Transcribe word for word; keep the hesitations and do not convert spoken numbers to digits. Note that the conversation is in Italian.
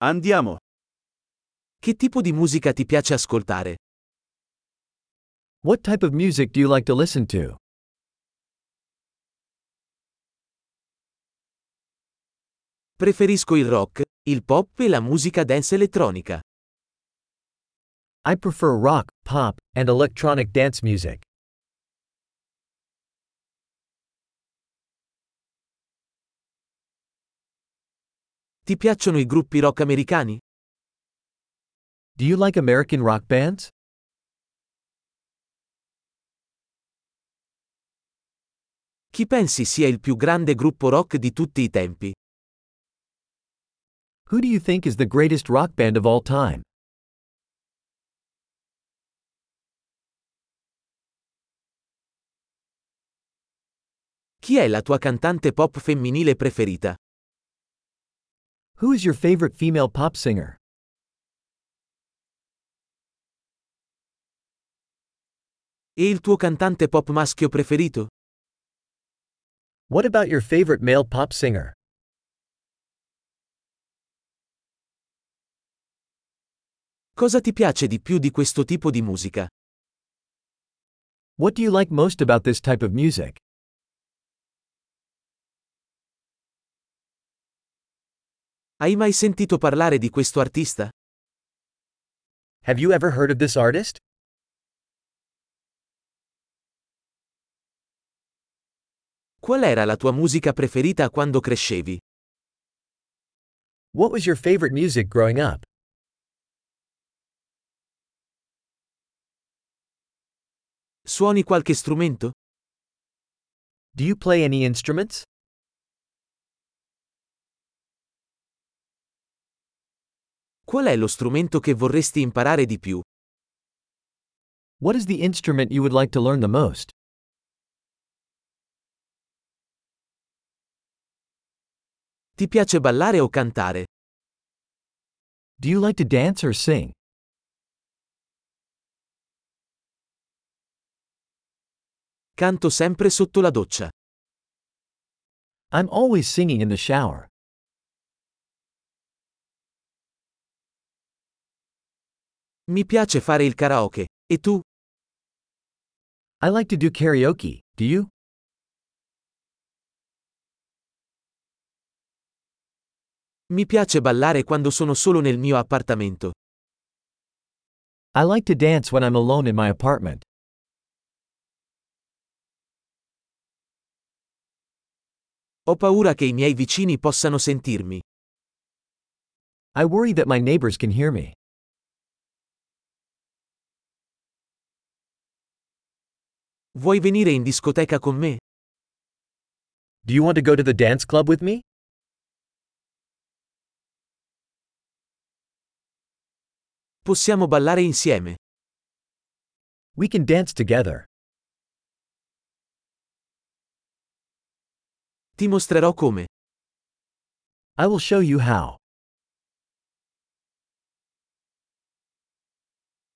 Andiamo. Che tipo di musica ti piace ascoltare? What type of music do you like to listen to? Preferisco il rock, il pop e la musica dance elettronica. I prefer rock, pop, and electronic dance music. Ti piacciono i gruppi rock americani? Do you like American rock bands? Chi pensi sia il più grande gruppo rock di tutti i tempi? Who do you think is the greatest rock band of all time? Chi è la tua cantante pop femminile preferita? Who is your favorite female pop singer? E il tuo cantante pop maschio preferito? What about your favorite male pop singer? Cosa ti piace di più di questo tipo di musica? What do you like most about this type of music? Hai mai sentito parlare di questo artista? Have you ever heard of this artist? Qual era la tua musica preferita quando crescevi? What was your favorite music growing up? Suoni qualche strumento? Do you play any instruments? Qual è lo strumento che vorresti imparare di più? What is the instrument you would like to learn the most? Ti piace ballare o cantare? Do you like to dance or sing? Canto sempre sotto la doccia. I'm always singing in the shower. Mi piace fare il karaoke. E tu? I like to do karaoke, do you? Mi piace ballare quando sono solo nel mio appartamento. I like to dance when I'm alone in my apartment. Ho paura che i miei vicini possano sentirmi. I worry that my neighbors can hear me. Vuoi venire in discoteca con me? Do you want to go to the dance club with me? Possiamo ballare insieme. We can dance together. Ti mostrerò come. I will show you how.